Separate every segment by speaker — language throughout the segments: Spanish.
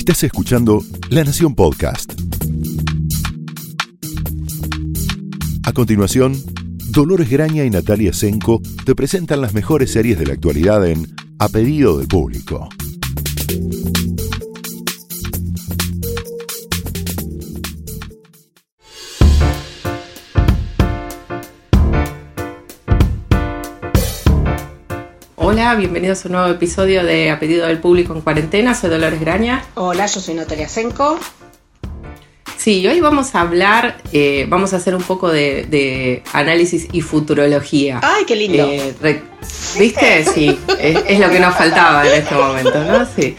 Speaker 1: Estás escuchando La Nación Podcast. A continuación, Dolores Graña y Natalia Senko te presentan las mejores series de la actualidad en A Pedido del Público.
Speaker 2: Hola, bienvenidos a un nuevo episodio de A Pedido del Público en Cuarentena. Soy Dolores Graña.
Speaker 3: Hola, yo soy Natalia Senko.
Speaker 2: Sí, hoy vamos a hablar, vamos a hacer un poco de análisis y futurología.
Speaker 3: ¡Ay, qué lindo!
Speaker 2: ¿Viste? Sí, es lo que nos faltaba en este momento, ¿no? Sí.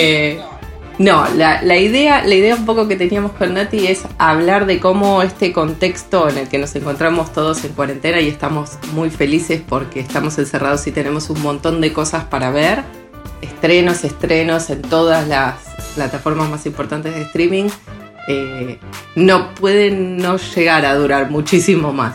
Speaker 2: La idea un poco que teníamos con Nati es hablar de cómo este contexto en el que nos encontramos todos en cuarentena y estamos muy felices porque estamos encerrados y tenemos un montón de cosas para ver, estrenos en todas las plataformas más importantes de streaming, no pueden no llegar a durar muchísimo más.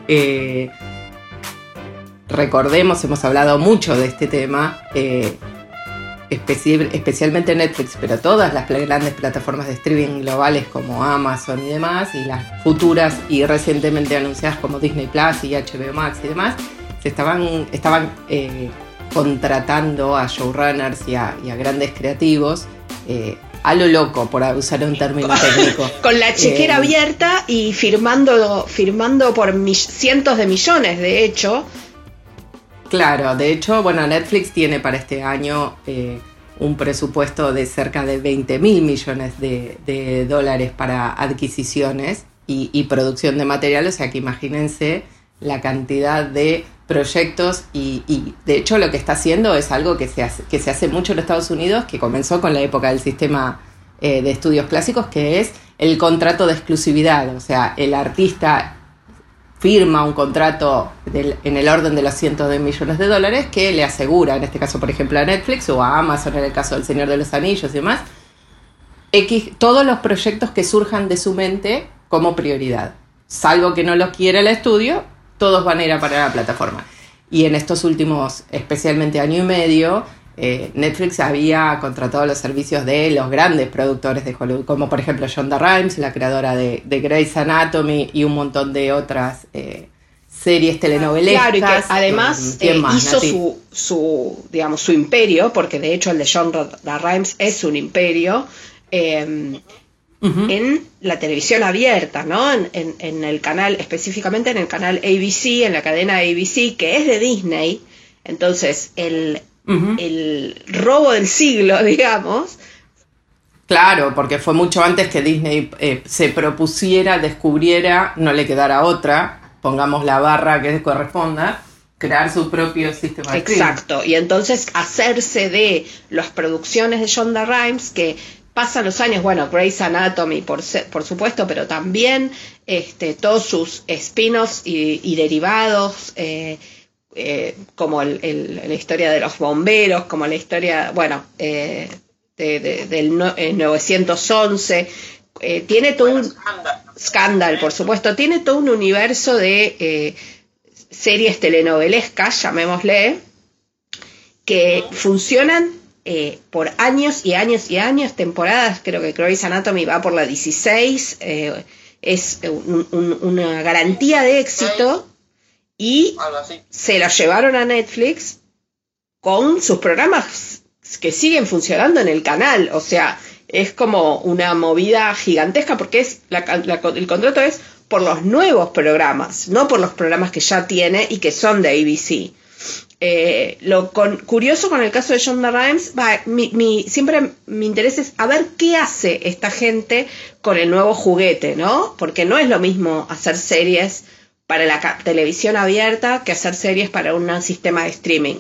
Speaker 2: Recordemos, hemos hablado mucho de este tema, especialmente Netflix, pero todas las grandes plataformas de streaming globales como Amazon y demás, y las futuras y recientemente anunciadas como Disney Plus y HBO Max y demás, estaban contratando a showrunners y a grandes creativos a lo loco, por usar un término técnico.
Speaker 3: Con la chequera abierta y firmando por cientos de millones, de hecho.
Speaker 2: Claro, de hecho, Netflix tiene para este año un presupuesto de cerca de 20.000 millones de dólares para adquisiciones y producción de material, o sea que imagínense la cantidad de proyectos y de hecho lo que está haciendo es algo que se hace mucho en Estados Unidos, que comenzó con la época del sistema de estudios clásicos, que es el contrato de exclusividad, o sea, el artista firma un contrato en el orden de los cientos de millones de dólares que le asegura, en este caso por ejemplo a Netflix o a Amazon en el caso del Señor de los Anillos y demás, todos los proyectos que surjan de su mente como prioridad, salvo que no los quiera el estudio, todos van a ir a parar a la plataforma. Y en estos últimos, especialmente año y medio, Netflix había contratado los servicios de los grandes productores de Hollywood, como por ejemplo Shonda Rhimes, la creadora de Grey's Anatomy y un montón de otras series telenovelescas.
Speaker 3: Claro, y que además hizo su imperio, porque de hecho el de Shonda Rhimes es un imperio, en la televisión abierta, ¿no? En el canal, específicamente en el canal ABC, en la cadena ABC, que es de Disney. Entonces, el robo del siglo, digamos.
Speaker 2: Claro, porque fue mucho antes que Disney se propusiera, descubriera, no le quedara otra, pongamos la barra que corresponda, crear su propio sistema de streaming.
Speaker 3: Exacto, y entonces hacerse de las producciones de Shonda Rhimes, que pasan los años, Grey's Anatomy por supuesto, pero también todos sus spin-offs y derivados, como la historia de los bomberos, como la historia, del 911, tiene todo un Scandal, por supuesto, tiene todo un universo de series telenovelescas, llamémosle, que funcionan por años y años y años, temporadas. Creo que Grey's Anatomy va por la 16, es una garantía de éxito. Y se lo llevaron a Netflix con sus programas que siguen funcionando en el canal. O sea, es como una movida gigantesca porque el contrato es por los nuevos programas, no por los programas que ya tiene y que son de ABC. Curioso con el caso de Shonda Rhimes, siempre mi interés es a ver qué hace esta gente con el nuevo juguete, ¿no? Porque no es lo mismo hacer series para la televisión abierta que hacer series para un sistema de streaming.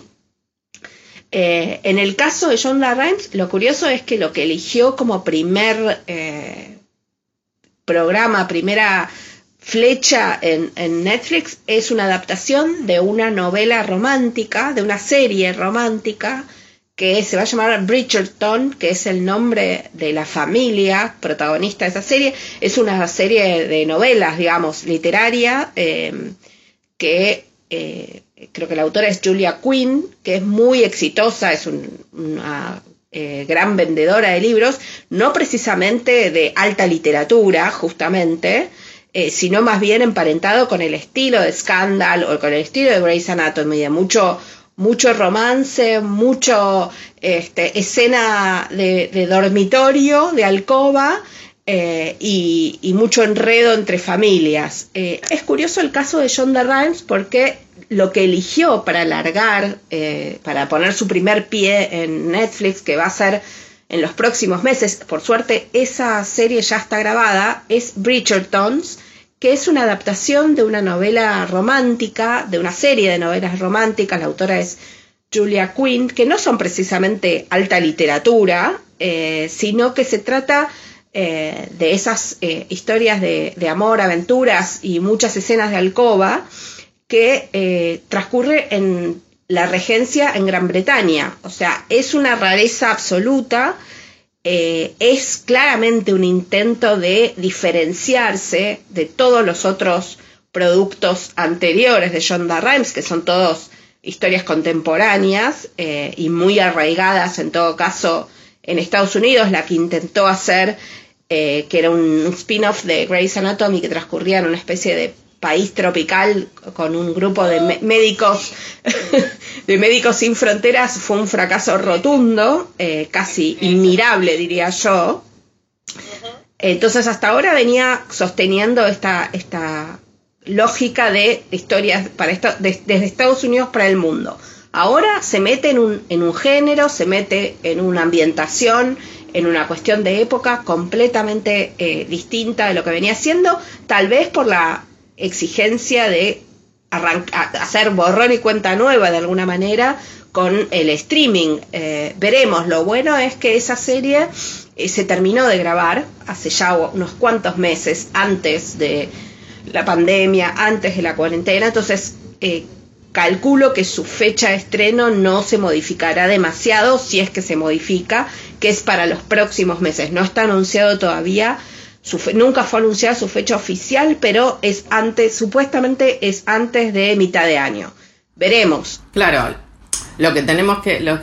Speaker 3: En el caso de Shonda Rhimes, lo curioso es que lo que eligió como primer programa, primera flecha en Netflix, es una adaptación de una novela romántica, de una serie romántica, que se va a llamar Bridgerton, que es el nombre de la familia protagonista de esa serie. Es una serie de novelas, digamos, literaria, que creo que la autora es Julia Quinn, que es muy exitosa, es una gran vendedora de libros, no precisamente de alta literatura, justamente, sino más bien emparentado con el estilo de Scandal o con el estilo de Grey's Anatomy, de mucho romance, mucho escena de dormitorio, de alcoba, y mucho enredo entre familias. Es curioso el caso de Shonda Rhimes porque lo que eligió para alargar, para poner su primer pie en Netflix, que va a ser en los próximos meses, por suerte esa serie ya está grabada, es Bridgertons, que es una adaptación de una novela romántica, de una serie de novelas románticas. La autora es Julia Quinn, que no son precisamente alta literatura, sino que se trata de esas historias de amor, aventuras y muchas escenas de alcoba que transcurre en la regencia en Gran Bretaña. O sea, es una rareza absoluta. Es claramente un intento de diferenciarse de todos los otros productos anteriores de Shonda Rhimes, que son todos historias contemporáneas y muy arraigadas en todo caso en Estados Unidos. La que intentó hacer, que era un spin-off de Grey's Anatomy, que transcurría en una especie de país tropical con un grupo de médicos de Médicos Sin Fronteras, fue un fracaso rotundo, casi inmirable diría yo. Entonces hasta ahora venía sosteniendo esta lógica de historias desde Estados Unidos para el mundo. Ahora se mete en un género, se mete en una ambientación, en una cuestión de época completamente distinta de lo que venía haciendo, tal vez por la exigencia de hacer borrón y cuenta nueva de alguna manera con el streaming. Veremos. Lo bueno es que esa serie se terminó de grabar hace ya unos cuantos meses, antes de la pandemia, antes de la cuarentena, entonces calculo que su fecha de estreno no se modificará demasiado, si es que se modifica, que es para los próximos meses. No está anunciado todavía. Nunca fue anunciada su fecha oficial, pero supuestamente es antes de mitad de año. Veremos.
Speaker 2: Claro, lo que tenemos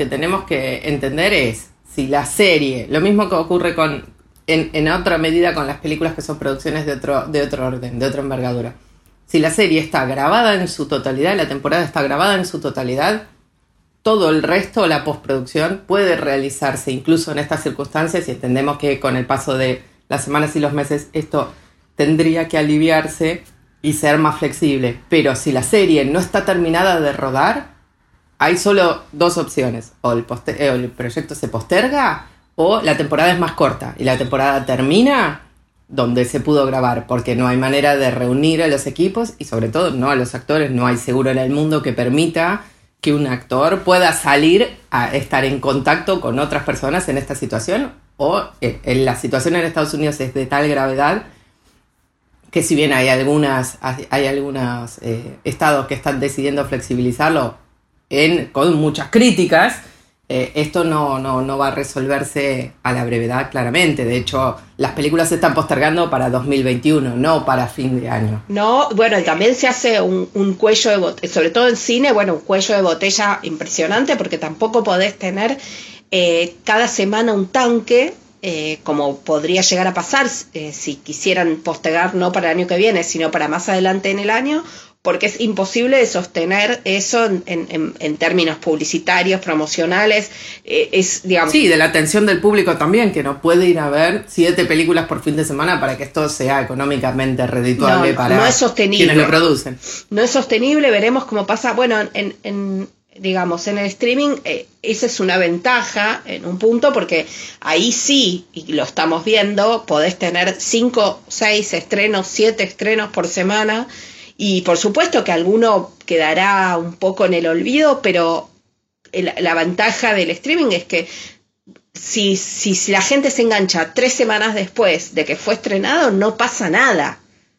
Speaker 2: que entender es si la serie, lo mismo que ocurre en otra medida con las películas que son producciones de otro orden, de otra envergadura. Si la serie está grabada en su totalidad, la temporada está grabada en su totalidad, todo el resto, la postproducción, puede realizarse incluso en estas circunstancias, y entendemos que con el paso de las semanas y los meses esto tendría que aliviarse y ser más flexible. Pero si la serie no está terminada de rodar, hay solo dos opciones: o el proyecto se posterga o la temporada es más corta y la temporada termina donde se pudo grabar, porque no hay manera de reunir a los equipos y sobre todo no a los actores. No hay seguro en el mundo que permita que un actor pueda salir a estar en contacto con otras personas en esta situación, o la situación en Estados Unidos es de tal gravedad que si bien hay algunos estados que están decidiendo flexibilizarlo con muchas críticas, esto no va a resolverse a la brevedad claramente. De hecho, las películas se están postergando para 2021, no para fin de año.
Speaker 3: No, bueno, y también se hace un cuello de botella, sobre todo en cine, un cuello de botella impresionante, porque tampoco podés tener cada semana un tanque, como podría llegar a pasar si quisieran postergar no para el año que viene, sino para más adelante en el año, porque es imposible de sostener eso en términos publicitarios, promocionales, digamos... Sí,
Speaker 2: de la atención del público también, que no puede ir a ver 7 películas por fin de semana para que esto sea económicamente redituable
Speaker 3: no es sostenible.
Speaker 2: Quienes lo producen.
Speaker 3: No es sostenible, veremos cómo pasa. Bueno, digamos, en el streaming esa es una ventaja en un punto, porque ahí sí, y lo estamos viendo, podés tener 5, 6 estrenos, 7 estrenos por semana. Y por supuesto que alguno quedará un poco en el olvido, pero la ventaja del streaming es que si la gente se engancha 3 semanas después de que fue estrenado, no pasa nada.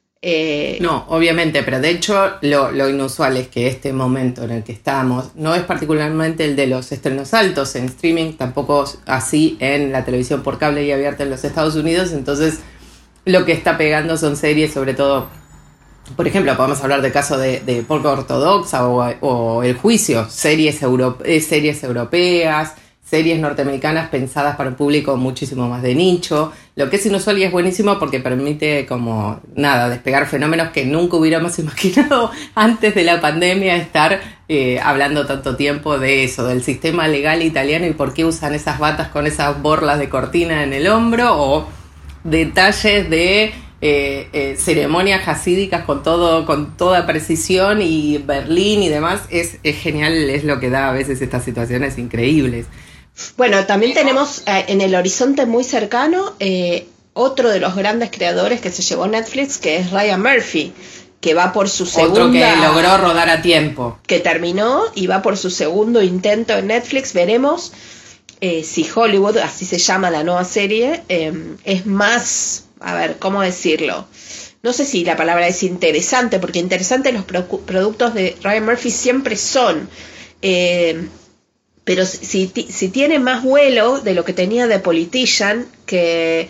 Speaker 2: No, obviamente, pero de hecho lo inusual es que este momento en el que estamos no es particularmente el de los estrenos altos en streaming, tampoco así en la televisión por cable y abierta en los Estados Unidos. Entonces lo que está pegando son series, sobre todo... Por ejemplo, podemos hablar del caso de Polka Ortodoxa o El Juicio, series europeas series norteamericanas pensadas para un público muchísimo más de nicho, lo que es inusual y es buenísimo porque permite como, despegar fenómenos que nunca hubiéramos imaginado antes de la pandemia, estar hablando tanto tiempo de eso, del sistema legal italiano y por qué usan esas batas con esas borlas de cortina en el hombro, o detalles de ceremonias jasídicas con toda precisión, y Berlín y demás. Es genial, es lo que da a veces estas situaciones increíbles.
Speaker 3: Bueno, también tenemos en el horizonte muy cercano otro de los grandes creadores que se llevó Netflix, que es Ryan Murphy, que va por su segunda...
Speaker 2: Otro que logró rodar a tiempo.
Speaker 3: Que terminó y va por su segundo intento en Netflix. Veremos si Hollywood, así se llama la nueva serie, es más, a ver, ¿cómo decirlo? No sé si la palabra es interesante, porque interesantes los productos de Ryan Murphy siempre son... pero si tiene más vuelo de lo que tenía The Politician, que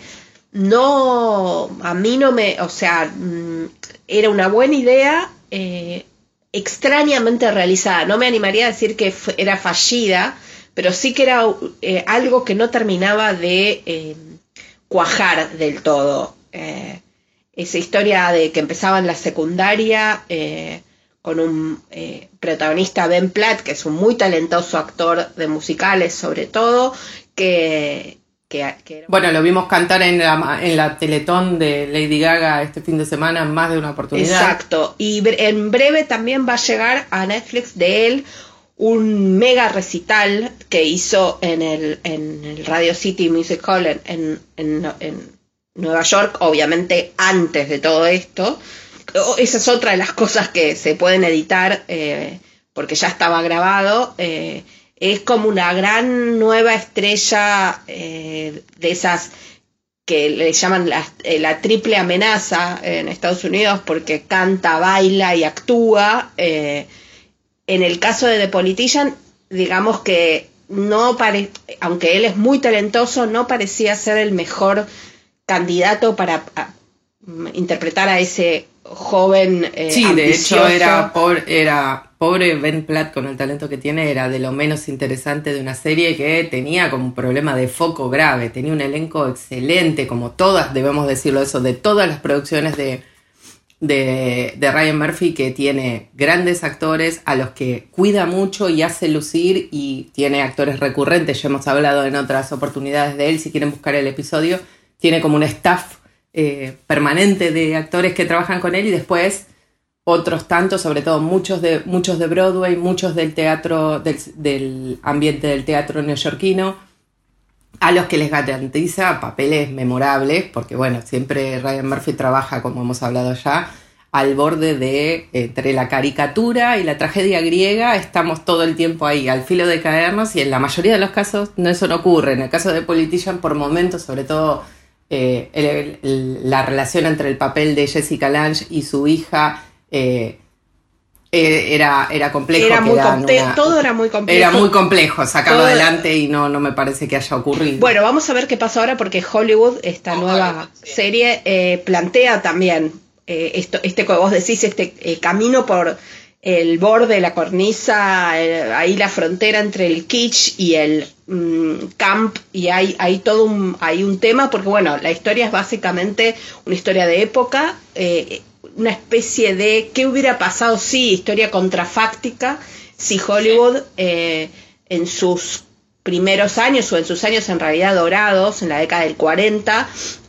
Speaker 3: no, a mí no me, o sea, era una buena idea, extrañamente realizada. No me animaría a decir que era fallida, pero sí que era algo que no terminaba de cuajar del todo. Esa historia de que empezaba en la secundaria, con un protagonista, Ben Platt, que es un muy talentoso actor de musicales sobre todo, que
Speaker 2: bueno, lo vimos cantar en la Teletón de Lady Gaga este fin de semana en más de una oportunidad.
Speaker 3: Exacto, y en breve también va a llegar a Netflix de él un mega recital que hizo en el Radio City Music Hall en Nueva York, obviamente antes de todo esto. Esa es otra de las cosas que se pueden editar porque ya estaba grabado. Es como una gran nueva estrella de esas que le llaman la triple amenaza en Estados Unidos, porque canta, baila y actúa. En el caso de The Politician, digamos que aunque él es muy talentoso, no parecía ser el mejor candidato para interpretar a ese joven
Speaker 2: sí,
Speaker 3: ambicioso.
Speaker 2: De hecho era pobre Ben Platt, con el talento que tiene, era de lo menos interesante de una serie que tenía como un problema de foco grave. Tenía un elenco excelente, como todas, debemos decirlo eso, de todas las producciones de Ryan Murphy, que tiene grandes actores a los que cuida mucho y hace lucir, y tiene actores recurrentes. Ya hemos hablado en otras oportunidades de él, si quieren buscar el episodio. Tiene como un staff permanente de actores que trabajan con él, y después otros tantos, sobre todo muchos de Broadway, muchos del teatro, del ambiente del teatro neoyorquino, a los que les garantiza papeles memorables, porque bueno, siempre Ryan Murphy trabaja, como hemos hablado ya, al borde de, entre la caricatura y la tragedia griega, estamos todo el tiempo ahí, al filo de caernos, y en la mayoría de los casos eso no ocurre. En el caso de Politician, por momentos, sobre todo la relación entre el papel de Jessica Lange y su hija, era complejo.
Speaker 3: Todo era muy complejo.
Speaker 2: Era muy complejo sacarlo adelante, y no me parece que haya ocurrido.
Speaker 3: Bueno, vamos a ver qué pasa ahora, porque Hollywood, esta nueva serie, plantea también que vos decís, camino por el borde, la cornisa, ahí la frontera entre el kitsch y el camp, y hay todo un tema, porque bueno, la historia es básicamente una historia de época, una especie de qué hubiera pasado historia contrafáctica, si Hollywood en sus primeros años, o en sus años en realidad dorados, en la década del 40,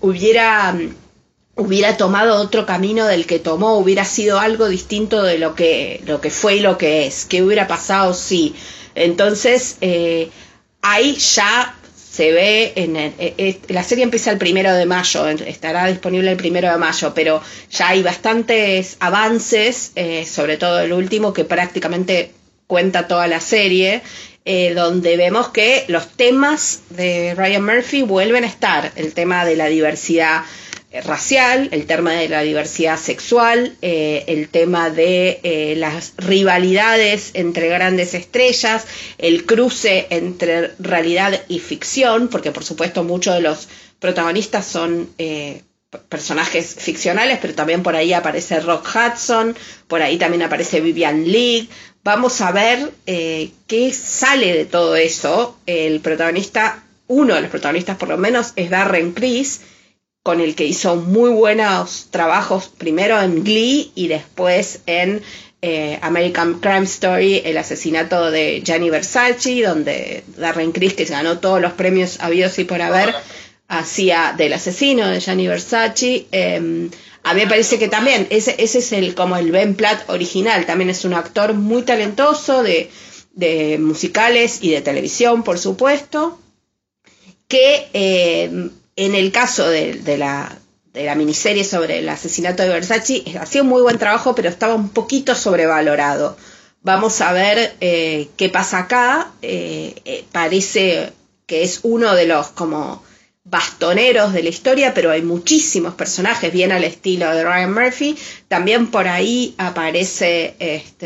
Speaker 3: hubiera tomado otro camino del que tomó, hubiera sido algo distinto de lo que fue y lo que es. ¿Qué hubiera pasado si? Entonces, ahí ya se ve, la serie empieza el 1 de mayo, estará disponible el 1 de mayo, pero ya hay bastantes avances, sobre todo el último, que prácticamente cuenta toda la serie, donde vemos que los temas de Ryan Murphy vuelven a estar: el tema de la diversidad racial, el tema de la diversidad sexual, el tema de las rivalidades entre grandes estrellas, el cruce entre realidad y ficción, porque por supuesto muchos de los protagonistas son personajes ficcionales, pero también por ahí aparece Rock Hudson, por ahí también aparece Vivian Leigh, vamos a ver qué sale de todo eso. El protagonista, uno de los protagonistas por lo menos, es Darren Criss, con el que hizo muy buenos trabajos, primero en Glee y después en American Crime Story, el asesinato de Gianni Versace, donde Darren Criss, que ganó todos los premios habidos y por haber, hacía del asesino de Gianni Versace. A mí me parece que también ese es como el Ben Platt original. También es un actor muy talentoso de musicales y de televisión, por supuesto, que en el caso de la miniserie sobre el asesinato de Versace hacía un muy buen trabajo, pero estaba un poquito sobrevalorado. Vamos a ver qué pasa acá. Parece que es uno de los como bastoneros de la historia, pero hay muchísimos personajes, bien al estilo de Ryan Murphy. También por ahí aparece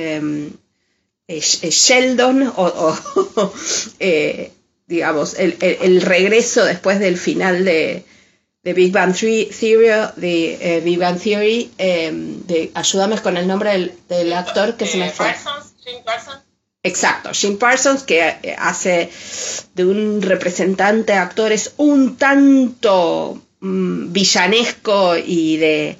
Speaker 3: Sheldon, digamos, el regreso después del final de Big Bang Theory, ayúdame con el nombre del actor que se me fue.
Speaker 4: Jim Parsons.
Speaker 3: Exacto, Jim Parsons, que hace de un representante de actores un tanto villanesco y de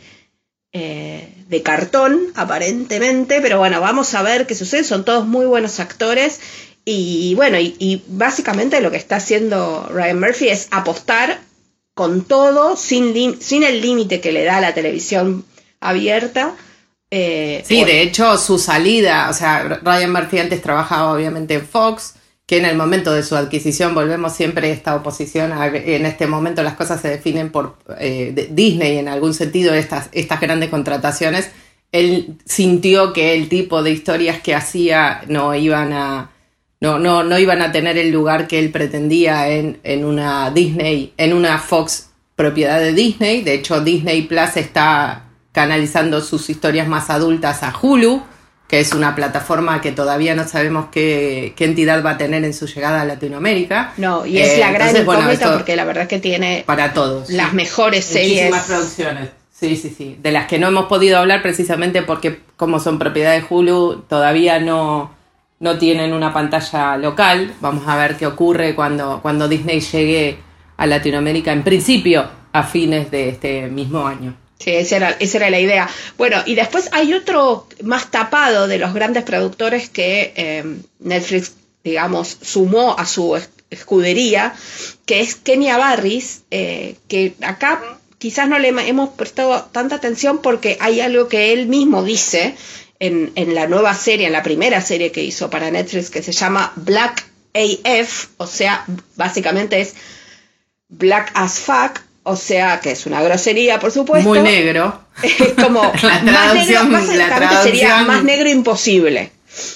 Speaker 3: cartón, aparentemente, pero bueno, vamos a ver qué sucede. Son todos muy buenos actores y bueno, y básicamente lo que está haciendo Ryan Murphy es apostar con todo, sin el límite que le da la televisión abierta.
Speaker 2: Sí, de hecho su salida, o sea, Ryan Murphy antes trabajaba obviamente en Fox, que en el momento de su adquisición, volvemos siempre a esta oposición, en este momento las cosas se definen por Disney en algún sentido, estas grandes contrataciones. Él sintió que el tipo de historias que hacía no iban a tener el lugar que él pretendía en una Disney, en una Fox propiedad de Disney. De hecho, Disney Plus está canalizando sus historias más adultas a Hulu, que es una plataforma que todavía no sabemos qué entidad va a tener en su llegada a Latinoamérica.
Speaker 3: No, y es la gran incógnita, porque la verdad es que tiene
Speaker 2: para todos
Speaker 3: las mejores series.
Speaker 2: Muchísimas producciones. Sí. De las que no hemos podido hablar precisamente porque como son propiedad de Hulu, todavía no tienen una pantalla local. Vamos a ver qué ocurre cuando Disney llegue a Latinoamérica, en principio a fines de este mismo año.
Speaker 3: Sí, esa era la idea. Bueno, y después hay otro más tapado de los grandes productores que Netflix, digamos, sumó a su escudería, que es Kenya Barris, que acá quizás no le hemos prestado tanta atención porque hay algo que él mismo dice en la nueva serie, en la primera serie que hizo para Netflix, que se llama Black AF, o sea, básicamente es Black as Fuck, o sea, que es una grosería, por supuesto.
Speaker 2: Muy negro.
Speaker 3: Es como
Speaker 2: la traducción,
Speaker 3: más negro, básicamente sería más negro imposible.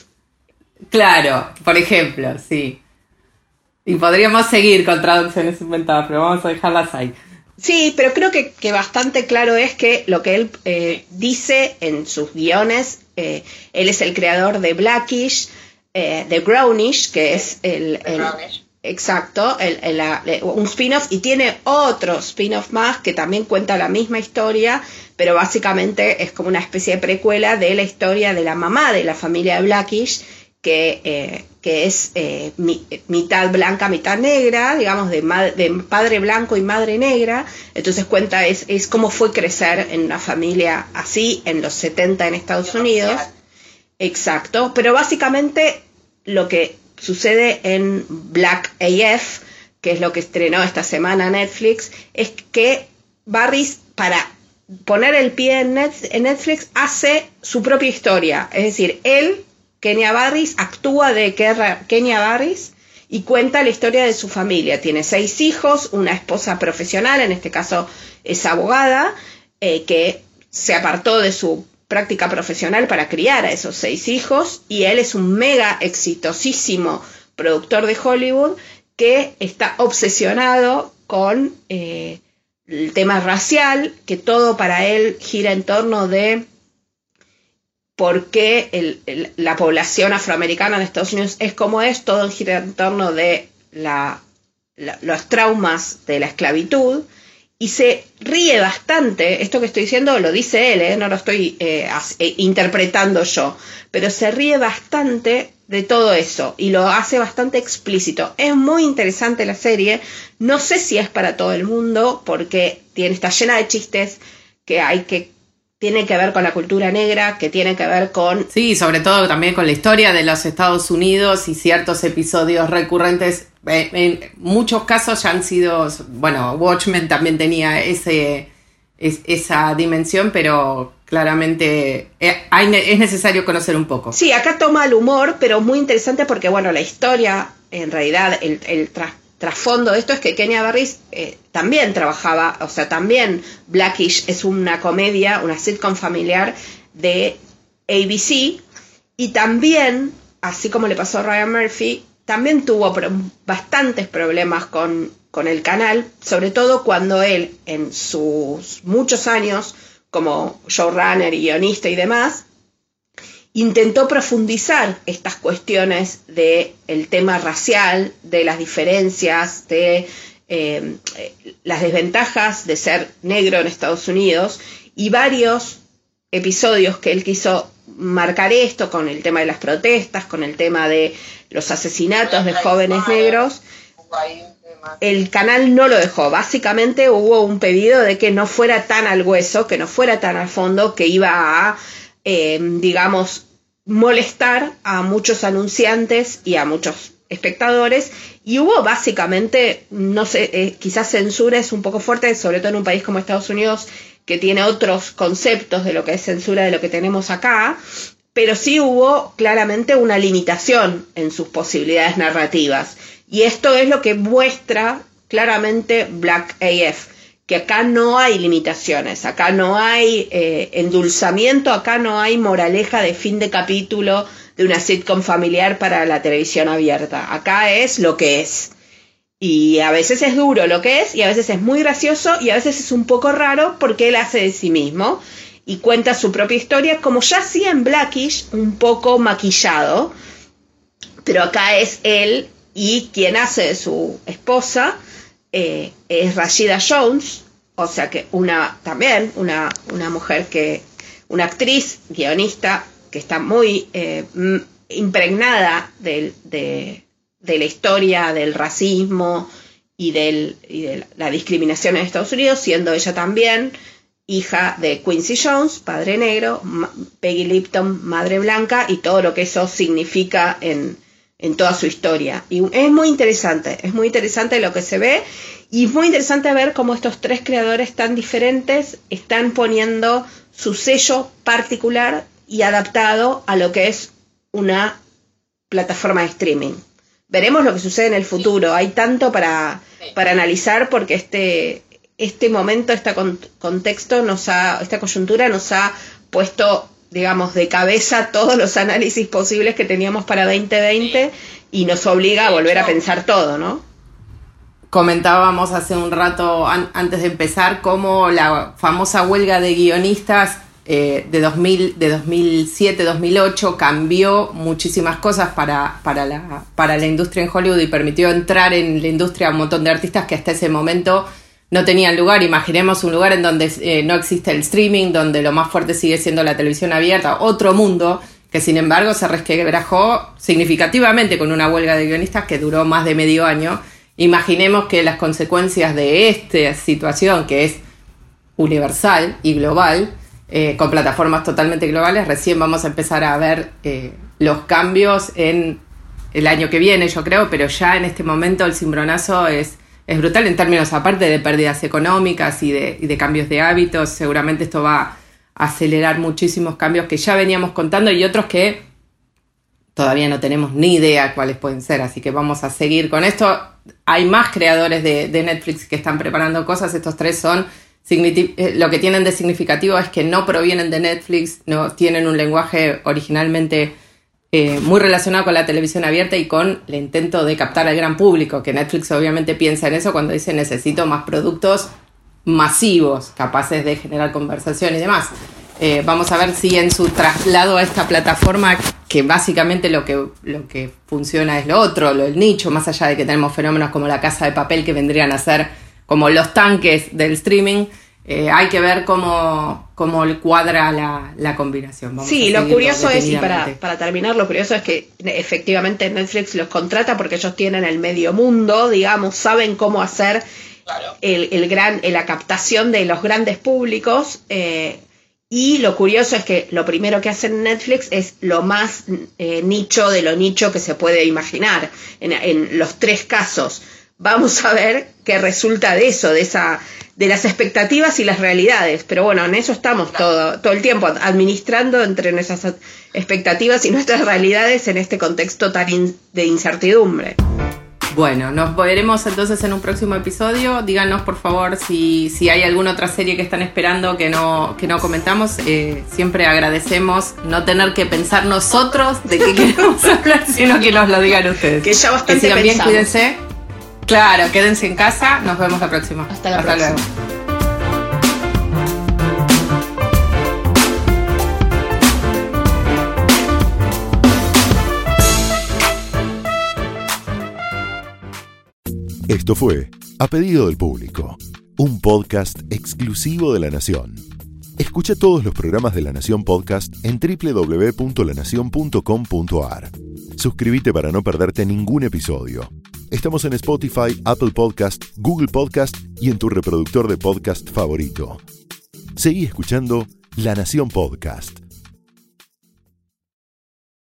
Speaker 2: Claro, por ejemplo, sí. Y podríamos seguir con traducciones inventadas, pero vamos a dejarlas ahí.
Speaker 3: Sí, pero creo que bastante claro es que lo que él dice en sus guiones, él es el creador de Blackish, de Grownish, que es exacto, un spin-off, y tiene otro spin-off más que también cuenta la misma historia, pero básicamente es como una especie de precuela de la historia de la mamá de la familia de Blackish, que es mitad blanca, mitad negra, digamos, de padre blanco y madre negra. Entonces cuenta, es cómo fue crecer en una familia así en los 70 en Estados Unidos. Exacto, pero básicamente lo que sucede en Black AF, que es lo que estrenó esta semana Netflix, es que Barris, para poner el pie en Netflix, hace su propia historia. Es decir, Kenya Barris, actúa de Kenya Barris y cuenta la historia de su familia. Tiene 6 hijos, una esposa profesional, en este caso es abogada, que se apartó de su práctica profesional para criar a esos 6 hijos, y él es un mega exitosísimo productor de Hollywood que está obsesionado con el tema racial, que todo para él gira en torno de por qué la población afroamericana en Estados Unidos es como es, todo gira en torno de los traumas de la esclavitud, y se ríe bastante. Esto que estoy diciendo lo dice él, no lo estoy interpretando yo, pero se ríe bastante de todo eso y lo hace bastante explícito. Es muy interesante la serie, no sé si es para todo el mundo porque está llena de chistes que tiene que ver con la cultura negra, que tiene que ver con...
Speaker 2: Sí, sobre todo también con la historia de los Estados Unidos y ciertos episodios recurrentes. En muchos casos ya han sido... Bueno, Watchmen también tenía esa dimensión, pero claramente es necesario conocer un poco.
Speaker 3: Sí, acá toma el humor, pero muy interesante porque, bueno, la historia, en realidad, el trasfondo de esto es que Kenya Barris también trabajaba, o sea, también Blackish es una comedia, una sitcom familiar de ABC, y también, así como le pasó a Ryan Murphy, también tuvo bastantes problemas con el canal, sobre todo cuando él, en sus muchos años como showrunner y guionista y demás, intentó profundizar estas cuestiones del tema racial, de las diferencias, de las desventajas de ser negro en Estados Unidos, y varios episodios que él quiso marcar esto con el tema de las protestas, con el tema de los asesinatos de jóvenes negros. El canal no lo dejó. Básicamente hubo un pedido de que no fuera tan al hueso, que no fuera tan al fondo, que iba a digamos, molestar a muchos anunciantes y a muchos espectadores, y hubo básicamente, no sé, quizás censura es un poco fuerte, sobre todo en un país como Estados Unidos, que tiene otros conceptos de lo que es censura de lo que tenemos acá, pero sí hubo claramente una limitación en sus posibilidades narrativas, y esto es lo que muestra claramente Black AF, que acá no hay limitaciones, acá no hay endulzamiento, acá no hay moraleja de fin de capítulo de una sitcom familiar para la televisión abierta. Acá es lo que es. Y a veces es duro lo que es, y a veces es muy gracioso, y a veces es un poco raro porque él hace de sí mismo y cuenta su propia historia, como ya hacía en Blackish, un poco maquillado, pero acá es él, y quien hace de su esposa es Rashida Jones, o sea que una mujer una actriz, guionista, que está muy impregnada de la historia del racismo y de la discriminación en Estados Unidos, siendo ella también hija de Quincy Jones, padre negro, Peggy Lipton, madre blanca, y todo lo que eso significa en toda su historia. Y es muy interesante lo que se ve, y es muy interesante ver cómo estos tres creadores tan diferentes están poniendo su sello particular y adaptado a lo que es una plataforma de streaming. Veremos lo que sucede en el futuro. Hay tanto para analizar, porque este momento, este contexto esta coyuntura nos ha puesto, digamos, de cabeza todos los análisis posibles que teníamos para 2020 y nos obliga a volver a pensar todo, ¿no?
Speaker 2: Comentábamos hace un rato, antes de empezar, cómo la famosa huelga de guionistas de 2007-2008 cambió muchísimas cosas para la industria en Hollywood y permitió entrar en la industria a un montón de artistas que hasta ese momento no tenían lugar. Imaginemos un lugar en donde no existe el streaming, donde lo más fuerte sigue siendo la televisión abierta, otro mundo que sin embargo se resquebrajó significativamente con una huelga de guionistas que duró más de medio año. Imaginemos que las consecuencias de esta situación, que es universal y global, con plataformas totalmente globales, recién vamos a empezar a ver los cambios en el año que viene, yo creo, pero ya en este momento el cimbronazo es brutal en términos, aparte de pérdidas económicas y de cambios de hábitos. Seguramente esto va a acelerar muchísimos cambios que ya veníamos contando y otros que todavía no tenemos ni idea cuáles pueden ser, así que vamos a seguir con esto. Hay más creadores de Netflix que están preparando cosas. Estos tres son lo que tienen de significativo es que no provienen de Netflix, no tienen un lenguaje originalmente muy relacionado con la televisión abierta y con el intento de captar al gran público, que Netflix obviamente piensa en eso cuando dice necesito más productos masivos, capaces de generar conversación y demás. Vamos a ver si en su traslado a esta plataforma, que básicamente lo que funciona es lo otro, el nicho, más allá de que tenemos fenómenos como La Casa de Papel que vendrían a ser como los tanques del streaming. Hay que ver cómo cuadra la combinación.
Speaker 3: Sí, lo curioso es, y para terminar, lo curioso es que efectivamente Netflix los contrata porque ellos tienen el medio mundo, digamos, saben cómo hacer la captación de los grandes públicos, y lo curioso es que lo primero que hacen Netflix es lo más nicho de lo nicho que se puede imaginar. En los 3 casos vamos a ver qué resulta de eso, de las expectativas y las realidades, pero bueno, en eso estamos todo el tiempo, administrando entre nuestras expectativas y nuestras realidades en este contexto tan de incertidumbre.
Speaker 2: Bueno, nos veremos entonces en un próximo episodio. Díganos por favor si hay alguna otra serie que están esperando que no comentamos. Siempre agradecemos no tener que pensar nosotros de qué queremos hablar, sino que nos lo digan ustedes.
Speaker 3: Que ya bastante
Speaker 2: que sigan
Speaker 3: pensamos.
Speaker 2: Bien, cuídense. Claro, quédense en casa. Nos vemos la próxima.
Speaker 3: Hasta la próxima.
Speaker 2: Luego.
Speaker 1: Esto fue A Pedido del Público, un podcast exclusivo de La Nación. Escucha todos los programas de La Nación Podcast en www.lanacion.com.ar. Suscríbete para no perderte ningún episodio. Estamos en Spotify, Apple Podcast, Google Podcast y en tu reproductor de podcast favorito. Seguí escuchando La Nación Podcast.